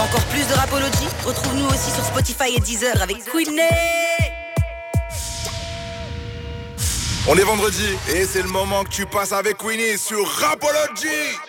encore plus de Rapology? Retrouve-nous aussi sur Spotify et Deezer avec Queenie. On est vendredi et c'est le moment que tu passes avec Queenie sur Rapology.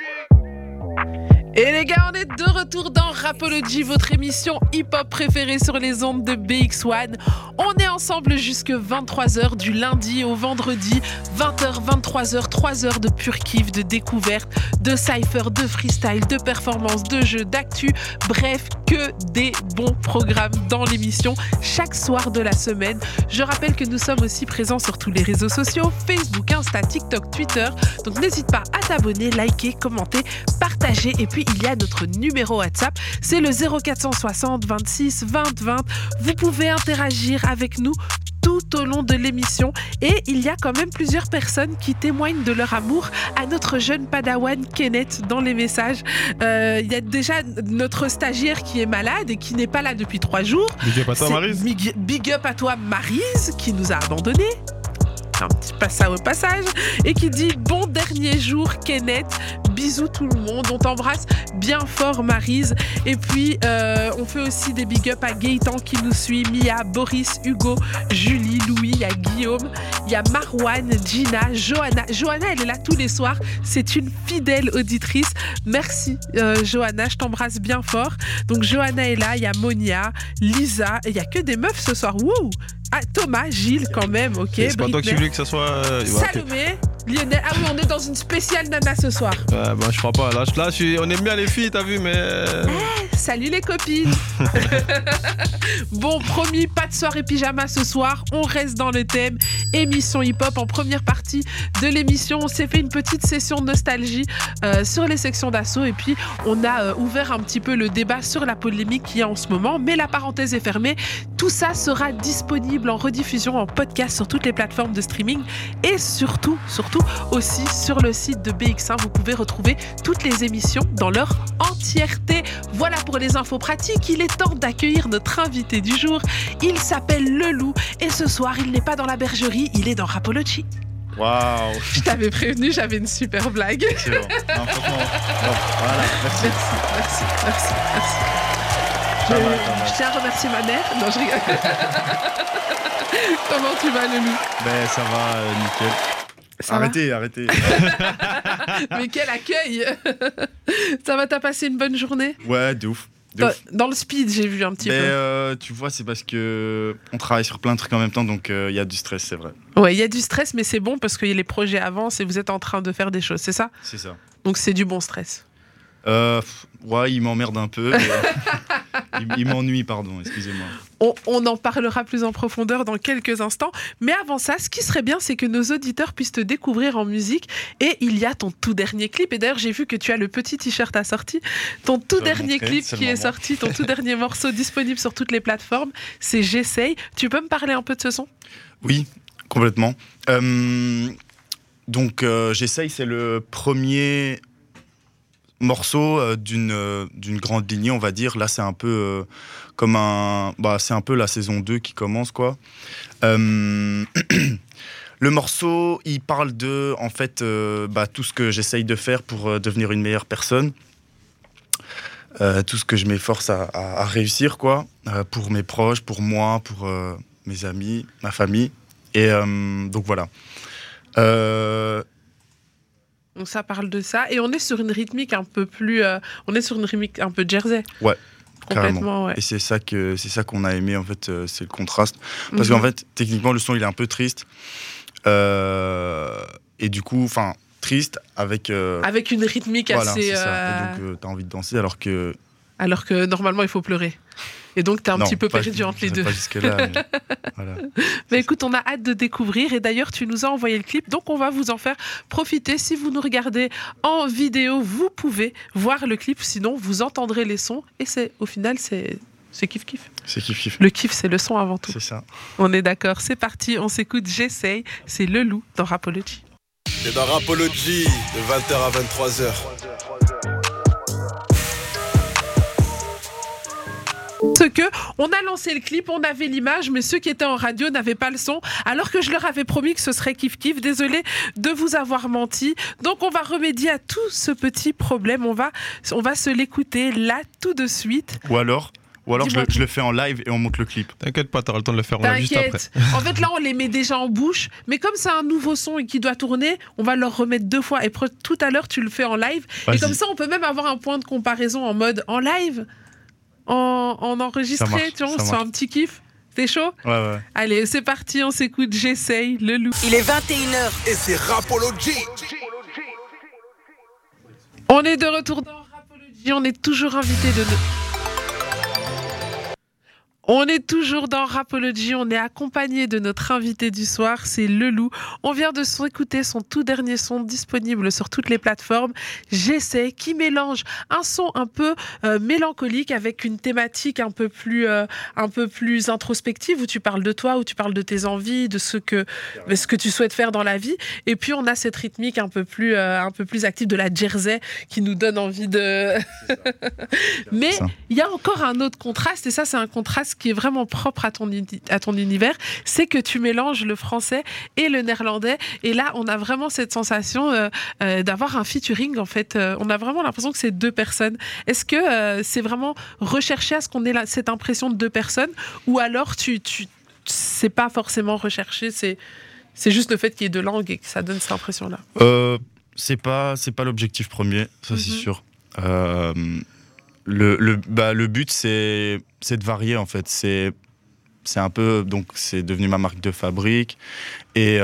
Et les gars, on est de retour dans Rapology, votre émission hip-hop préférée sur les ondes de BX1. On est ensemble jusque 23h du lundi au vendredi, 20h, 23h, 3 heures de pur kiff, de découverte, de cypher, de freestyle, de performance, de jeux, d'actu. Bref, que des bons programmes dans l'émission chaque soir de la semaine. Je rappelle que nous sommes aussi présents sur tous les réseaux sociaux, Facebook, Insta, TikTok, Twitter. Donc n'hésite pas à t'abonner, liker, commenter, partager. Et puis il y a notre numéro WhatsApp, c'est le 0460 26 20 20. Vous pouvez interagir avec nous tout au long de l'émission et il y a quand même plusieurs personnes qui témoignent de leur amour à notre jeune padawan Kenneth dans les messages. Il y a déjà notre stagiaire qui est malade et qui n'est pas là depuis 3 jours. Big up à toi, Maryse. Big up à toi, Maryse, qui nous a abandonnés. Un petit passage au passage et qui dit bon dernier jour Kenneth, bisous tout le monde, on t'embrasse bien fort Maryse. Et puis on fait aussi des big up à Gaëtan qui nous suit, Mia, Boris, Hugo, Julie, Louis, il y a Guillaume, il y a Marwan, Gina, Johanna elle est là tous les soirs, c'est une fidèle auditrice. Merci Johanna, je t'embrasse bien fort. Donc Johanna est là, il y a Monia, Lisa, il y a que des meufs ce soir. Wouh. Ah, Thomas, Gilles quand même, ok. C'est pas toi que tu voulais que ça soit... Salomé, Lionel. Ah oui, on est dans une spéciale nana ce soir. Je crois pas. Là, on aime bien les filles, t'as vu, mais... Salut les copines. Bon, promis, pas de soirée pyjama ce soir. On reste dans le thème émission hip-hop. En première partie de l'émission, on s'est fait une petite session de nostalgie sur les sections d'assaut. Et puis, on a ouvert un petit peu le débat sur la polémique qu'il y a en ce moment. Mais la parenthèse est fermée. Tout ça sera disponible en rediffusion, en podcast sur toutes les plateformes de streaming. Et surtout aussi sur le site de BX1. Vous pouvez retrouver toutes les émissions dans leur entièreté. Voilà pour les infos pratiques. Il est temps d'accueillir notre invité du jour. Il s'appelle Lelou et ce soir, il n'est pas dans la bergerie, il est dans Rapology. Waouh. Je t'avais prévenu, j'avais une super blague. C'est bon. Non, franchement. Bon, voilà, merci. Je tiens à remercier ma mère. Non, je rigole. Comment tu vas, Lelou? Ben, ça va, nickel. Ça arrêtez. Mais quel accueil. Ça va, t'as passé une bonne journée? Ouais, de ouf. Dans le speed, j'ai vu un petit peu. Tu vois, c'est parce que on travaille sur plein de trucs en même temps, donc il y a du stress, c'est vrai. Ouais, il y a du stress, mais c'est bon parce que les projets avancent et vous êtes en train de faire des choses, c'est ça? C'est ça. Donc c'est du bon stress. Ouais, il m'emmerde un peu. Il m'ennuie, pardon, excusez-moi. On en parlera plus en profondeur dans quelques instants. Mais avant ça, ce qui serait bien, c'est que nos auditeurs puissent te découvrir en musique. Et il y a ton tout dernier clip. Et d'ailleurs, j'ai vu que tu as le petit t-shirt assorti. Ton tout dernier clip qui est sorti, ton tout dernier morceau disponible sur toutes les plateformes, c'est J'essaye. Tu peux me parler un peu de ce son? Oui, complètement. Donc, J'essaye, c'est le premier morceau d'une grande lignée, on va dire. Là, c'est un peu comme c'est un peu la saison 2 qui commence, quoi. Le morceau, il parle de, en fait, tout ce que j'essaye de faire pour devenir une meilleure personne. Tout ce que je m'efforce à réussir, quoi. Pour mes proches, pour moi, pour mes amis, ma famille. Et donc, voilà. Donc ça parle de ça et on est sur une rythmique un peu plus on est sur une rythmique un peu jersey. Ouais. Complètement, carrément. ouais. Et c'est ça qu'on a aimé, en fait, c'est le contraste parce qu'en fait techniquement le son il est un peu triste et du coup triste avec une rythmique voilà, assez c'est ça. Et donc t'as envie de danser alors que normalement il faut pleurer. Et donc, t'es un petit peu perdu entre les deux. Pas jusque-là, mais voilà. Mais écoute, on a hâte de découvrir. Et d'ailleurs, tu nous as envoyé le clip. Donc, on va vous en faire profiter. Si vous nous regardez en vidéo, vous pouvez voir le clip. Sinon, vous entendrez les sons. Et au final, c'est kiff-kiff. C'est kiff-kiff. Le kiff, c'est le son avant tout. C'est ça. On est d'accord. C'est parti. On s'écoute J'essaye. C'est Lelou dans Rapology. T'es dans Rapology de 20h à 23h. Ce que on a lancé le clip, on avait l'image, mais ceux qui étaient en radio n'avaient pas le son, alors que je leur avais promis que ce serait kiff-kiff. Désolée de vous avoir menti. Donc on va remédier à tout ce petit problème. On va se l'écouter là tout de suite. Ou alors je le fais en live et on monte le clip. T'inquiète pas, t'auras le temps de le faire en live juste après. En fait, là, on les met déjà en bouche. Mais comme c'est un nouveau son et qui doit tourner, on va leur remettre 2 fois. Et tout à l'heure, tu le fais en live. Vas-y. Et comme ça, on peut même avoir un point de comparaison en mode en live, en enregistré. Tu vois, on se fait un petit kiff. T'es chaud ? Ouais. Allez, c'est parti, on s'écoute. J'essaye, le loup. Il est 21h. Et c'est Rapology. On est de retour dans Rapology. On est toujours invité de nous. On est toujours dans Rapology, on est accompagné de notre invité du soir, c'est Le Loup. On vient de s'écouter son tout dernier son disponible sur toutes les plateformes, J'essaie, qui mélange un son un peu mélancolique avec une thématique un peu plus introspective, où tu parles de toi, où tu parles de tes envies, de ce que tu souhaites faire dans la vie. Et puis on a cette rythmique un peu plus active de la Jersey qui nous donne envie de... Mais il y a encore un autre contraste, et ça c'est un contraste qui est vraiment propre à ton univers, c'est que tu mélanges le français et le néerlandais. Et là, on a vraiment cette sensation d'avoir un featuring, en fait. On a vraiment l'impression que c'est 2 personnes. Est-ce que c'est vraiment recherché à ce qu'on ait cette impression de 2 personnes, ou alors c'est pas forcément recherché, c'est juste le fait qu'il y ait 2 langues et que ça donne cette impression-là? C'est pas l'objectif premier, ça c'est sûr. Le but c'est de varier en fait, c'est un peu, donc c'est devenu ma marque de fabrique et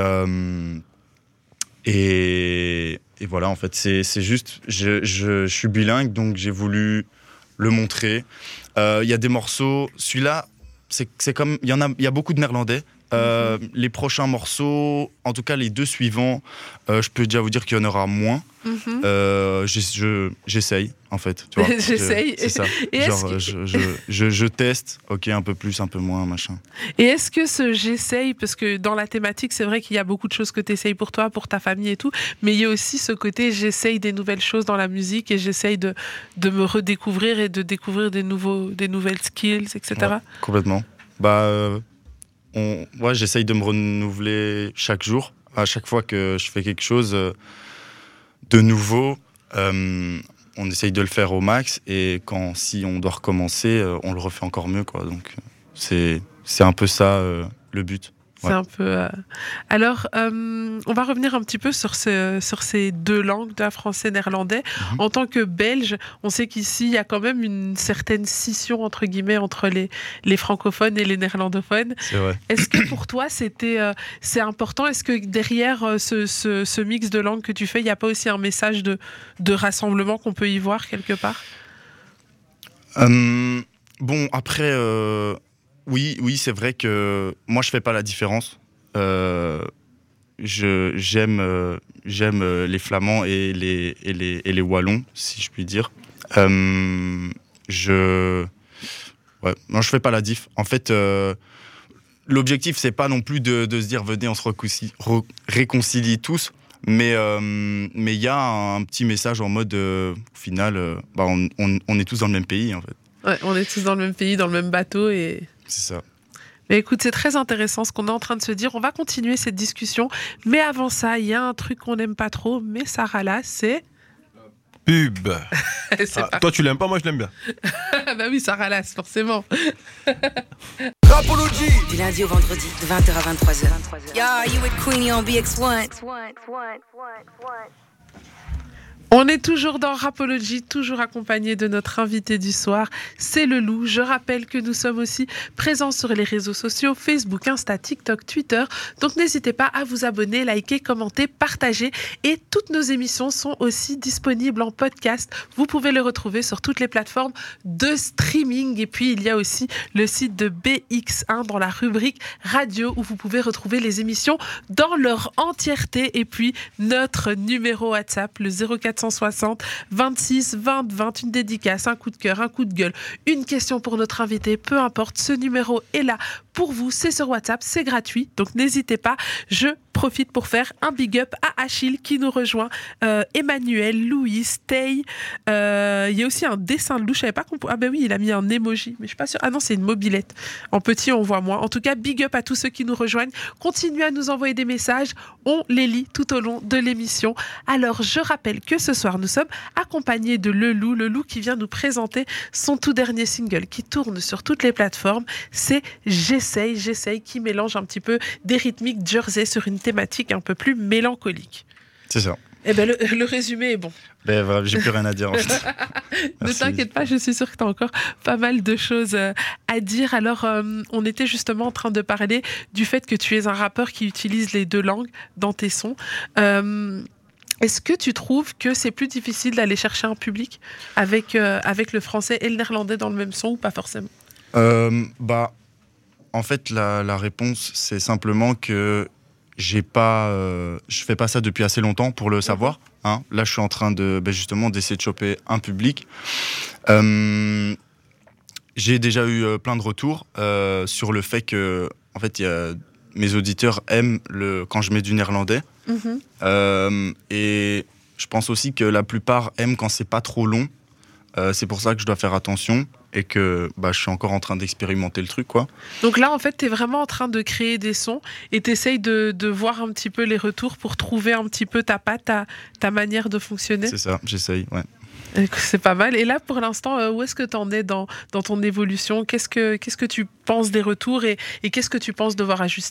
voilà, en fait c'est juste je suis bilingue, donc j'ai voulu le montrer. Il y a des morceaux, celui-là c'est comme il y a beaucoup de néerlandais. Les prochains morceaux, en tout cas les 2 suivants, je peux déjà vous dire qu'il y en aura moins. J'essaye en fait, tu vois. J'essaye. C'est ça. Et genre je teste, ok, un peu plus, un peu moins, machin. Et est-ce que ce j'essaye, parce que dans la thématique c'est vrai qu'il y a beaucoup de choses que tu essayes pour toi, pour ta famille et tout, mais il y a aussi ce côté j'essaye des nouvelles choses dans la musique et j'essaye de me redécouvrir et de découvrir des nouvelles skills, etc. Ouais, complètement. J'essaye de me renouveler chaque jour. À chaque fois que je fais quelque chose de nouveau, on essaye de le faire au max. Et si on doit recommencer, on le refait encore mieux, quoi. Donc c'est un peu ça le but. C'est un peu... Alors, on va revenir un petit peu sur ces 2 langues, de français et néerlandais. En tant que Belge, on sait qu'ici, il y a quand même une certaine scission, entre guillemets, entre les francophones et les néerlandophones. C'est vrai. Est-ce que pour toi, c'est important? Est-ce que derrière ce mix de langues que tu fais, il n'y a pas aussi un message de rassemblement qu'on peut y voir quelque part? Bon, après... Oui, c'est vrai que moi je fais pas la différence. J'aime les Flamands et les Wallons, si je puis dire. Non, je fais pas la diff. En fait, l'objectif c'est pas non plus de se dire venez on se réconcilie tous, mais il y a un petit message en mode au final, on est tous dans le même pays en fait. Ouais, on est tous dans le même pays, dans le même bateau et... C'est ça. Mais écoute, c'est très intéressant ce qu'on est en train de se dire. On va continuer cette discussion. Mais avant ça, il y a un truc qu'on n'aime pas trop, mais Sarah là, c'est... Pub. Toi, tu l'aimes pas, moi je l'aime bien. Bah oui, Sarah là, forcément. Rapology. Du lundi au vendredi, de 20h à 23h. Yo, you with Queenie on BX1. On est toujours dans Rapology, toujours accompagné de notre invité du soir, c'est Le Loup. Je rappelle que nous sommes aussi présents sur les réseaux sociaux, Facebook, Insta, TikTok, Twitter. Donc n'hésitez pas à vous abonner, liker, commenter, partager. Et toutes nos émissions sont aussi disponibles en podcast. Vous pouvez les retrouver sur toutes les plateformes de streaming. Et puis il y a aussi le site de BX1 dans la rubrique radio où vous pouvez retrouver les émissions dans leur entièreté. Et puis notre numéro WhatsApp, le 0460 26 20 20, une dédicace, un coup de cœur, un coup de gueule, une question pour notre invité, peu importe, ce numéro est là pour vous, c'est sur WhatsApp, c'est gratuit, donc n'hésitez pas. Je profite pour faire un big up à Achille qui nous rejoint, Emmanuel, Louis, Tay. Il y a aussi un dessin de loup, je savais pas qu'on pouvait... Ah ben oui, il a mis un emoji, mais je suis pas sûre. Ah non, c'est une mobilette. En petit, on voit moins. En tout cas, big up à tous ceux qui nous rejoignent. Continuez à nous envoyer des messages, on les lit tout au long de l'émission. Alors, je rappelle que ce soir, nous sommes accompagnés de Le Loup qui vient nous présenter son tout dernier single qui tourne sur toutes les plateformes. C'est J'essaye, qui mélange un petit peu des rythmiques Jersey sur une thématique un peu plus mélancolique. C'est ça. Eh ben, le résumé est bon. Ben, voilà, j'ai plus rien à dire en fait. Ne t'inquiète pas, je suis sûre que tu as encore pas mal de choses à dire. Alors, on était justement en train de parler du fait que tu es un rappeur qui utilise les deux langues dans tes sons. Est-ce que tu trouves que c'est plus difficile d'aller chercher un public avec le français et le néerlandais dans le même son ou pas forcément ? En fait, la réponse, c'est simplement que je fais pas ça depuis assez longtemps pour le savoir. Hein. Là, je suis en train justement d'essayer de choper un public. J'ai déjà eu plein de retours sur le fait que, en fait, mes auditeurs aiment quand je mets du néerlandais. Et je pense aussi que la plupart aiment quand c'est pas trop long. C'est pour ça que je dois faire attention et que je suis encore en train d'expérimenter le truc, quoi. Donc là, en fait, tu es vraiment en train de créer des sons et tu essayes de voir un petit peu les retours pour trouver un petit peu ta patte, ta manière de fonctionner. C'est ça, j'essaye, ouais. C'est pas mal. Et là, pour l'instant, où est-ce que tu en es dans ton évolution ? Qu'est-ce que tu penses des retours et qu'est-ce que tu penses devoir ajuster ?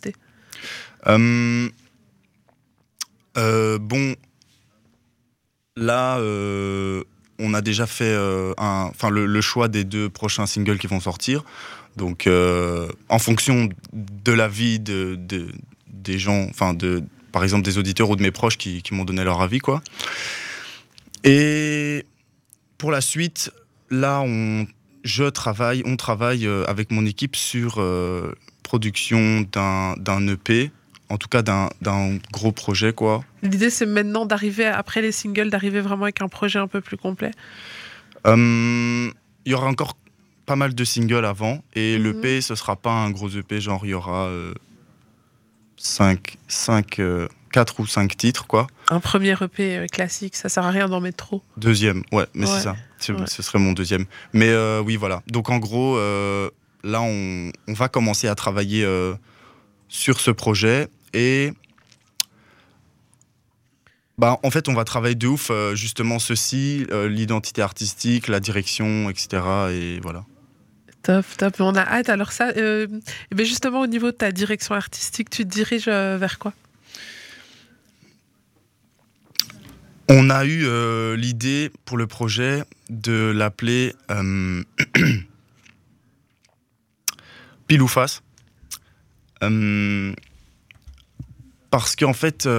Là... on a déjà fait le choix des 2 prochains singles qui vont sortir. Donc, en fonction de l'avis des gens, par exemple des auditeurs ou de mes proches qui m'ont donné leur avis, quoi. Et pour la suite, là, on travaille avec mon équipe sur production d'un EP. En tout cas, d'un gros projet, quoi. L'idée, c'est maintenant d'arriver, après les singles, d'arriver vraiment avec un projet un peu plus complet. Il y aura encore pas mal de singles avant. Et l'EP, ce sera pas un gros EP, genre il y aura 4 ou 5 titres, quoi. Un premier EP classique, ça sert à rien d'en mettre trop. Deuxième, ouais, mais c'est ça. Ce serait mon deuxième. Mais oui, voilà. Donc en gros, là, on va commencer à travailler sur ce projet. Et en fait, on va travailler de ouf justement ceci, l'identité artistique, la direction, etc. Et voilà. Top. On a hâte. Alors ça, justement, au niveau de ta direction artistique, tu te diriges vers quoi ? On a eu l'idée pour le projet de l'appeler Pile ou Face. Parce qu'en fait,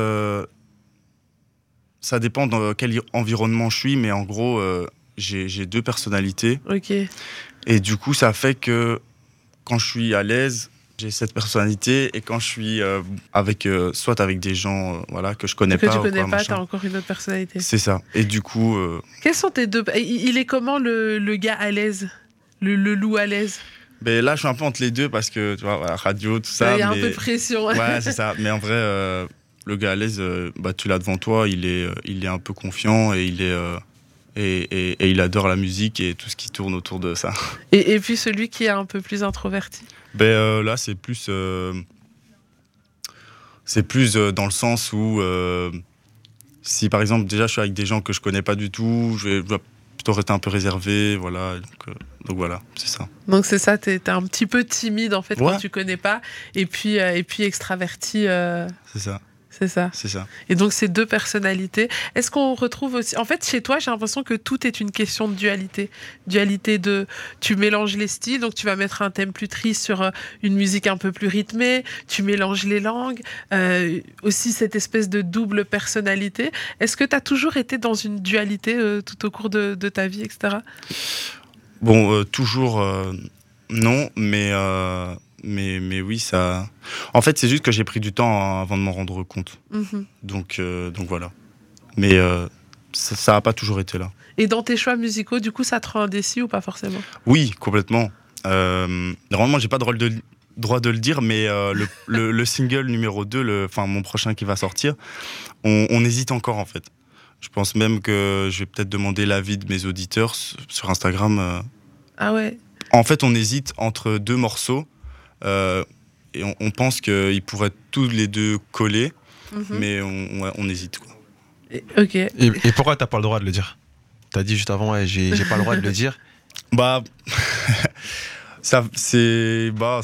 ça dépend dans quel environnement je suis, mais en gros, j'ai 2 personnalités. Ok. Et du coup, ça fait que quand je suis à l'aise, j'ai cette personnalité, et quand je suis soit avec des gens que je connais pas. Que tu connais pas, t'as encore une autre personnalité. C'est ça. Et du coup... Quels sont tes 2... Il est comment le gars à l'aise ? Le loup à l'aise ? Ben là, je suis un peu entre les deux parce que, tu vois, radio, tout ça. Il y a un peu de pression. Ouais, c'est ça. Mais en vrai, le gars à l'aise, tu l'as devant toi, il est un peu confiant et et il adore la musique et tout ce qui tourne autour de ça. Et puis celui qui est un peu plus introverti. Là, c'est plus dans le sens où si par exemple déjà je suis avec des gens que je connais pas du tout, je vais plutôt rester un peu réservé, voilà. Donc voilà, c'est ça. Donc c'est ça, t'es un petit peu timide en fait quand tu connais pas, et puis extraverti. C'est ça. C'est ça. C'est ça. Et donc ces 2 personnalités, est-ce qu'on retrouve aussi... En fait, chez toi, j'ai l'impression que tout est une question de dualité. Dualité de... Tu mélanges les styles, donc tu vas mettre un thème plus triste sur une musique un peu plus rythmée, tu mélanges les langues, aussi cette espèce de double personnalité. Est-ce que tu as toujours été dans une dualité tout au cours de ta vie, etc. Bon, toujours non, mais oui, ça... En fait, c'est juste que j'ai pris du temps avant de m'en rendre compte. Donc voilà. Mais ça n'a pas toujours été là. Et dans tes choix musicaux, du coup, ça te rend indécis ou pas forcément ? Oui, complètement. Normalement, j'ai pas de rôle de droit de le dire, mais le single numéro 2, mon prochain qui va sortir, on hésite encore en fait. Je pense même que je vais peut-être demander l'avis de mes auditeurs sur Instagram. Ah ouais. En fait, on hésite entre 2 morceaux et on pense qu'ils pourraient tous les 2 coller, mais on hésite, quoi. Ok. Et pourquoi t'as pas le droit de le dire? T'as dit juste avant, ouais, j'ai pas le droit de le dire. Bah, ça c'est, ouais,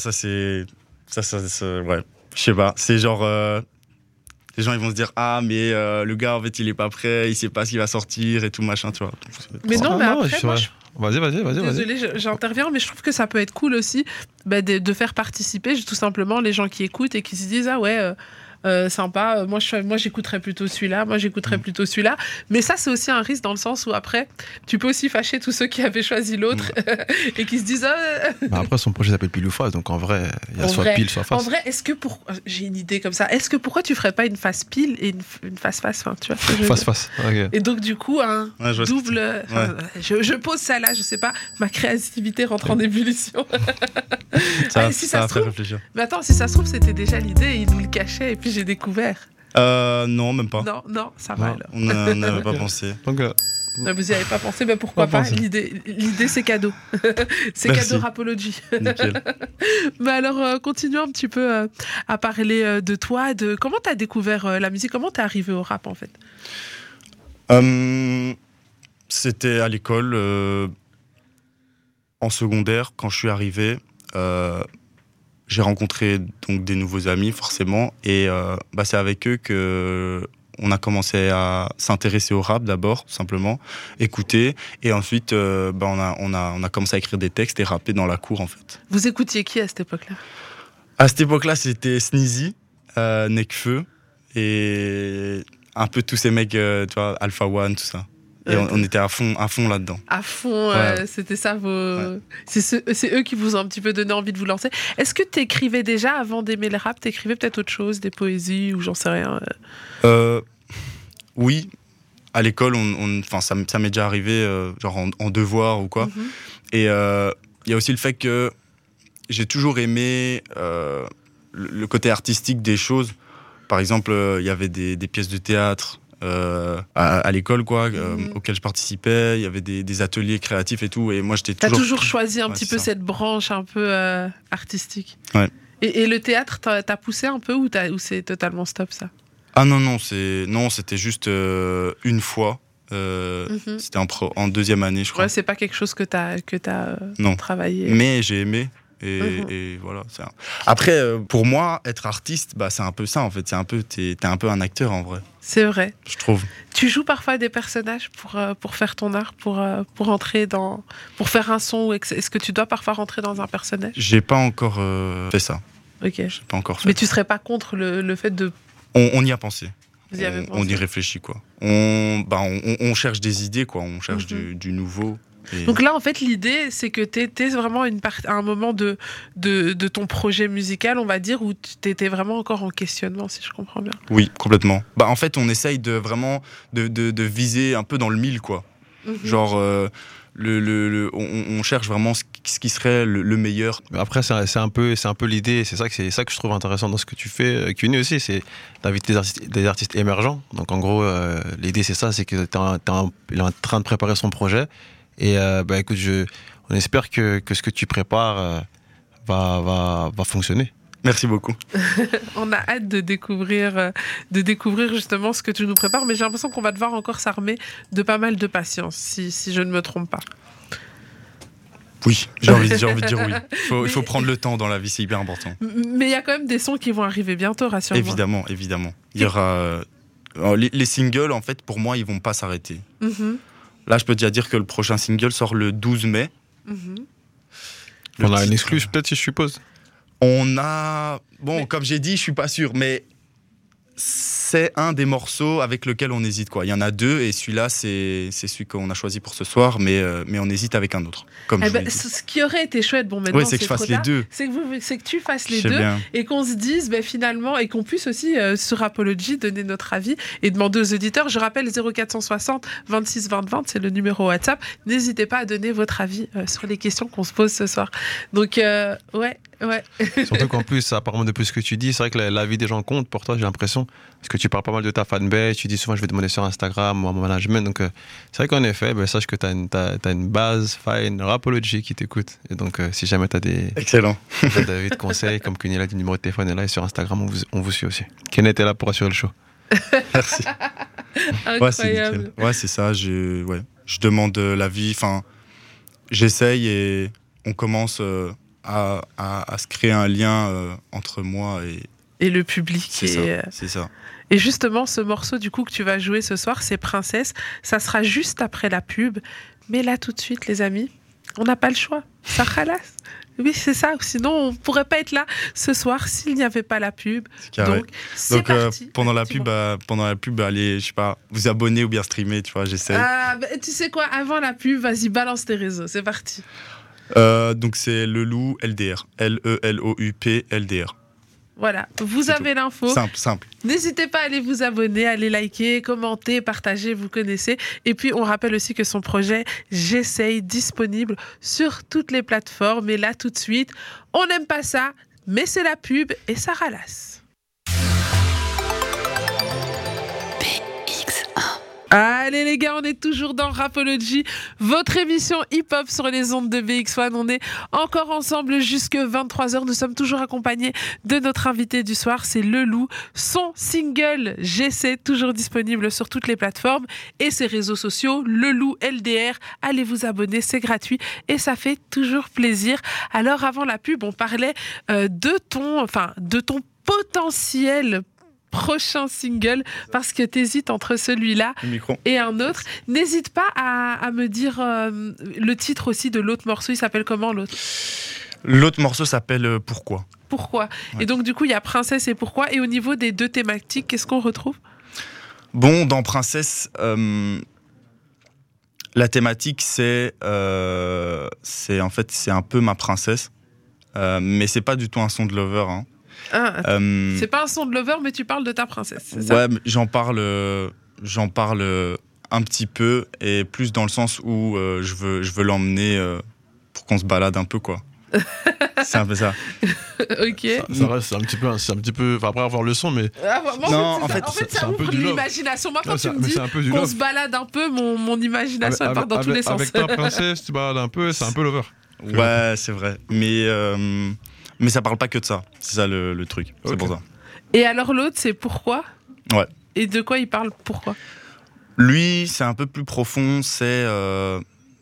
je sais pas. C'est genre, les gens ils vont se dire mais le gars en fait il est pas prêt, il sait pas ce qu'il va sortir et tout machin, tu vois. Mais non, mais après, moi, Vas-y. Désolée, j'interviens, mais je trouve que ça peut être cool aussi de faire participer tout simplement les gens qui écoutent et qui se disent ah ouais. Sympa, moi j'écouterais plutôt celui-là, plutôt celui-là. Mais ça, c'est aussi un risque dans le sens où après, tu peux aussi fâcher tous ceux qui avaient choisi l'autre et qui se disent. Après, son projet s'appelle Pile ou Face, donc en vrai, il y a soit pile, soit face. En vrai, j'ai une idée comme ça. Pourquoi tu ferais pas une face pile et une face face, tu vois face. Okay. Et donc, du coup, double. Ouais. Je pose ça là, je sais pas, ma créativité rentre en ébullition. Ça va faire réfléchir. Mais attends, si ça se trouve, c'était déjà l'idée, il nous le cachait et puis j'ai découvert. Non, même pas. Non, ça va alors. On n'avait pas pensé. Donc, vous n'y avez pas pensé, pourquoi pas. L'idée, c'est cadeau. C'est Merci. cadeau Rapology. Nickel. Mais alors, continuons un petit peu à parler de toi, de comment tu as découvert la musique, comment tu es arrivé au rap en fait. C'était à l'école, en secondaire, quand je suis arrivé. J'ai rencontré donc des nouveaux amis forcément et c'est avec eux que on a commencé à s'intéresser au rap d'abord simplement, écouter et ensuite on a commencé à écrire des textes et rapper dans la cour en fait. Vous écoutiez qui à cette époque-là? À cette époque-là, c'était Sneezy, Nekfeu et un peu tous ces mecs, tu vois, Alpha One, tout ça. Et on était à fond là-dedans. À fond, c'était ça Ouais. C'est eux qui vous ont un petit peu donné envie de vous lancer. Est-ce que tu écrivais déjà avant d'aimer le rap? Tu écrivais peut-être autre chose, des poésies ou j'en sais rien? Oui, à l'école, ça m'est déjà arrivé genre en devoir ou quoi. Et il y a aussi le fait que j'ai toujours aimé le côté artistique des choses. Par exemple, il y avait des pièces de théâtre à l'école auxquelles je participais, il y avait des ateliers créatifs et tout, et moi j'étais toujours... T'as toujours choisi un petit peu cette branche un peu artistique. Ouais. Et le théâtre, t'as poussé un peu ou c'est totalement stop ça? Ah non, c'était juste une fois, c'était en deuxième année je crois. Ouais, c'est pas quelque chose que t'as travaillé. Mais j'ai aimé. Et voilà. Après, pour moi, être artiste, c'est un peu ça en fait. T'es un peu un acteur en vrai. C'est vrai. Je trouve. Tu joues parfois des personnages pour faire ton art, pour entrer pour faire un son. Est-ce que tu dois parfois rentrer dans un personnage? J'ai pas encore fait ça. Ok. J'ai pas encore fait. Mais tu serais pas contre le fait de. On y a pensé. Vous y avez pensé. On y réfléchit quoi. On cherche des idées quoi. On cherche du nouveau. Donc là, en fait, l'idée, c'est que t'étais vraiment à un moment de ton projet musical, on va dire, où t'étais vraiment encore en questionnement, si je comprends bien. Oui, complètement. En fait, on essaye de vraiment de viser un peu dans le mille, quoi. Genre, on cherche vraiment ce qui serait le meilleur. Après, c'est un peu l'idée, c'est ça que je trouve intéressant dans ce que tu fais, Cuny aussi, c'est d'inviter des artistes émergents. Donc en gros, l'idée c'est ça, c'est que il est en train de préparer son projet. Et écoute, on espère que ce que tu prépares va fonctionner. Merci beaucoup. On a hâte de découvrir justement ce que tu nous prépares, mais j'ai l'impression qu'on va devoir encore s'armer de pas mal de patience, si je ne me trompe pas. Oui, j'ai envie de dire oui. Il faut prendre le temps dans la vie, c'est hyper important. Mais il y a quand même des sons qui vont arriver bientôt, rassure-moi. Évidemment. Il y aura les singles, en fait, pour moi, ils vont pas s'arrêter. Là, je peux déjà dire que le prochain single sort le 12 mai. On a une exclue, peut-être, si je suppose. On a... Bon, comme j'ai dit, je suis pas sûr, mais c'est un des morceaux avec lequel on hésite, quoi. Il y en a 2 et celui-là, c'est celui qu'on a choisi pour ce soir, mais on hésite avec un autre. Comme je vous l'ai dit. Ce qui aurait été chouette, bon maintenant c'est que je fasse les 2. C'est que tu fasses les Je sais 2 bien. et qu'on se dise finalement, et qu'on puisse aussi sur Rapology donner notre avis et demander aux auditeurs. Je rappelle 0460 26 20 20, c'est le numéro WhatsApp. N'hésitez pas à donner votre avis sur les questions qu'on se pose ce soir. Donc ouais. Surtout qu'en plus, apparemment, depuis ce que tu dis, c'est vrai que la vie des gens compte pour toi, j'ai l'impression. Parce que tu parles pas mal de ta fanbase, tu dis souvent je vais demander sur Instagram ou à mon management. Donc c'est vrai qu'en effet, sache que tu as une base fine Rapology qui t'écoute. Et donc si jamais tu as des avis de conseils, comme Kuni là, du numéro de téléphone est là, et sur Instagram, on vous suit aussi. Kenneth est là pour assurer le show. Merci. Incroyable. Ouais, c'est ça. Je demande l'avis. Enfin, j'essaye et on commence à se créer un lien entre moi et le public. C'est ça. Et justement, ce morceau du coup que tu vas jouer ce soir, c'est Princesse. Ça sera juste après la pub. Mais là, tout de suite, les amis, on n'a pas le choix. Ça ralasse. Oui, c'est ça. Sinon, on ne pourrait pas être là ce soir s'il n'y avait pas la pub. Donc, c'est parti. Pendant la pub, allez, je sais pas, vous abonner ou bien streamer, tu vois, j'essaie. Tu sais quoi, avant la pub, vas-y, balance tes réseaux. C'est parti. Donc, c'est Leloup LDR. L-E-L-O-U-P LDR. Voilà, vous avez l'info. Simple. N'hésitez pas à aller vous abonner, à aller liker, commenter, partager, vous connaissez. Et puis, on rappelle aussi que son projet J'essaye, disponible sur toutes les plateformes. Et là, tout de suite, on n'aime pas ça, mais c'est la pub et ça ralasse. Allez les gars, on est toujours dans Rapology, votre émission hip-hop sur les ondes de BX1. On est encore ensemble jusque 23h. Nous sommes toujours accompagnés de notre invité du soir, c'est Leloup. Son single J'essaie, toujours disponible sur toutes les plateformes et ses réseaux sociaux, Leloup LDR. Allez vous abonner, c'est gratuit et ça fait toujours plaisir. Alors avant la pub, on parlait de ton potentiel prochain single, parce que t'hésites entre celui-là et un autre. N'hésite pas à me dire le titre aussi de l'autre morceau. Il s'appelle comment l'autre ? L'autre morceau s'appelle Pourquoi. Pourquoi ? Ouais. Et donc du coup, il y a Princesse et Pourquoi. Et au niveau des 2 thématiques, qu'est-ce qu'on retrouve ? Bon, dans Princesse, la thématique, c'est un peu ma princesse, mais c'est pas du tout un son de lover, hein. C'est pas un son de lover, mais tu parles de ta princesse, c'est ça ? Ouais, j'en parle un petit peu, et plus dans le sens où je veux l'emmener pour qu'on se balade un peu, quoi. C'est un peu ça. Ok. Ça reste un petit peu. Enfin, après avoir le son, mais. En fait, ça ouvre l'imagination. Moi, quand tu me dis qu'on se balade un peu, mon imagination elle part dans tous les sens. Avec ta princesse, tu balades un peu, c'est un peu lover. Ouais, c'est vrai. Mais ça parle pas que de ça. C'est ça le truc. Okay. C'est pour ça. Et alors l'autre, c'est Pourquoi ? Ouais. Et de quoi il parle ? Pourquoi ? Lui, c'est un peu plus profond. C'est un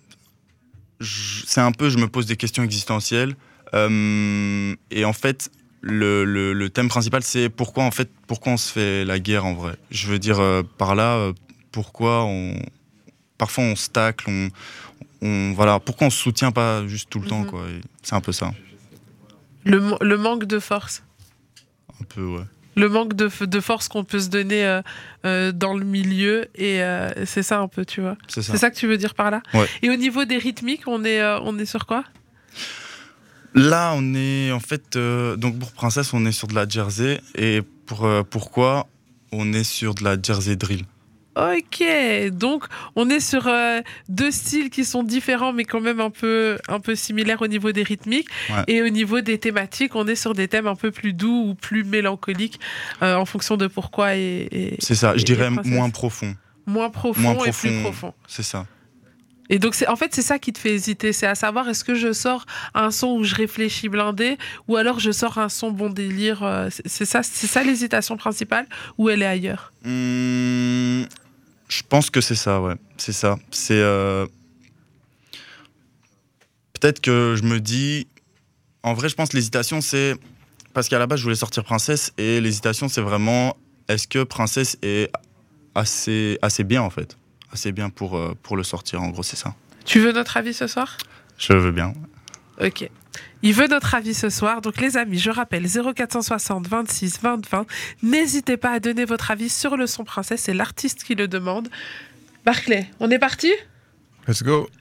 peu, je me pose des questions existentielles. Et en fait, le thème principal, c'est pourquoi on se fait la guerre en vrai. Je veux dire par là, pourquoi parfois on se tacle, pourquoi on se soutient pas juste tout le temps, quoi. Et c'est un peu ça. Le manque de force. Un peu, ouais. Le manque de force qu'on peut se donner dans le milieu, et c'est ça un peu, tu vois. C'est ça que tu veux dire par là ? Ouais. Et au niveau des rythmiques, on est sur quoi ? Là, on est en fait... donc pour Princesse, on est sur de la Jersey, et Pourquoi, on est sur de la Jersey Drill. Ok, donc on est sur 2 styles qui sont différents mais quand même un peu similaires au niveau des rythmiques. Ouais. Et au niveau des thématiques, on est sur des thèmes un peu plus doux ou plus mélancoliques en fonction de Pourquoi et c'est ça, je dirais Princesse. moins profond. Moins profond et plus profond. C'est ça. Et donc c'est ça qui te fait hésiter, c'est à savoir est-ce que je sors un son où je réfléchis blindé ou alors je sors un son bon délire. C'est ça l'hésitation principale ou elle est ailleurs ? Je pense que c'est ça, ouais. C'est ça. C'est peut-être que je me dis. En vrai, je pense que l'hésitation, c'est parce qu'à la base, je voulais sortir Princesse et l'hésitation, c'est vraiment est-ce que Princesse est assez bien en fait, assez bien pour le sortir. En gros, c'est ça. Tu veux notre avis ce soir ? Je veux bien. Ok. Il veut notre avis ce soir. Donc les amis, je rappelle 0460 26 20 20. N'hésitez pas à donner votre avis sur le son Princesse. C'est l'artiste qui le demande. Barclay, on est parti ? Let's go.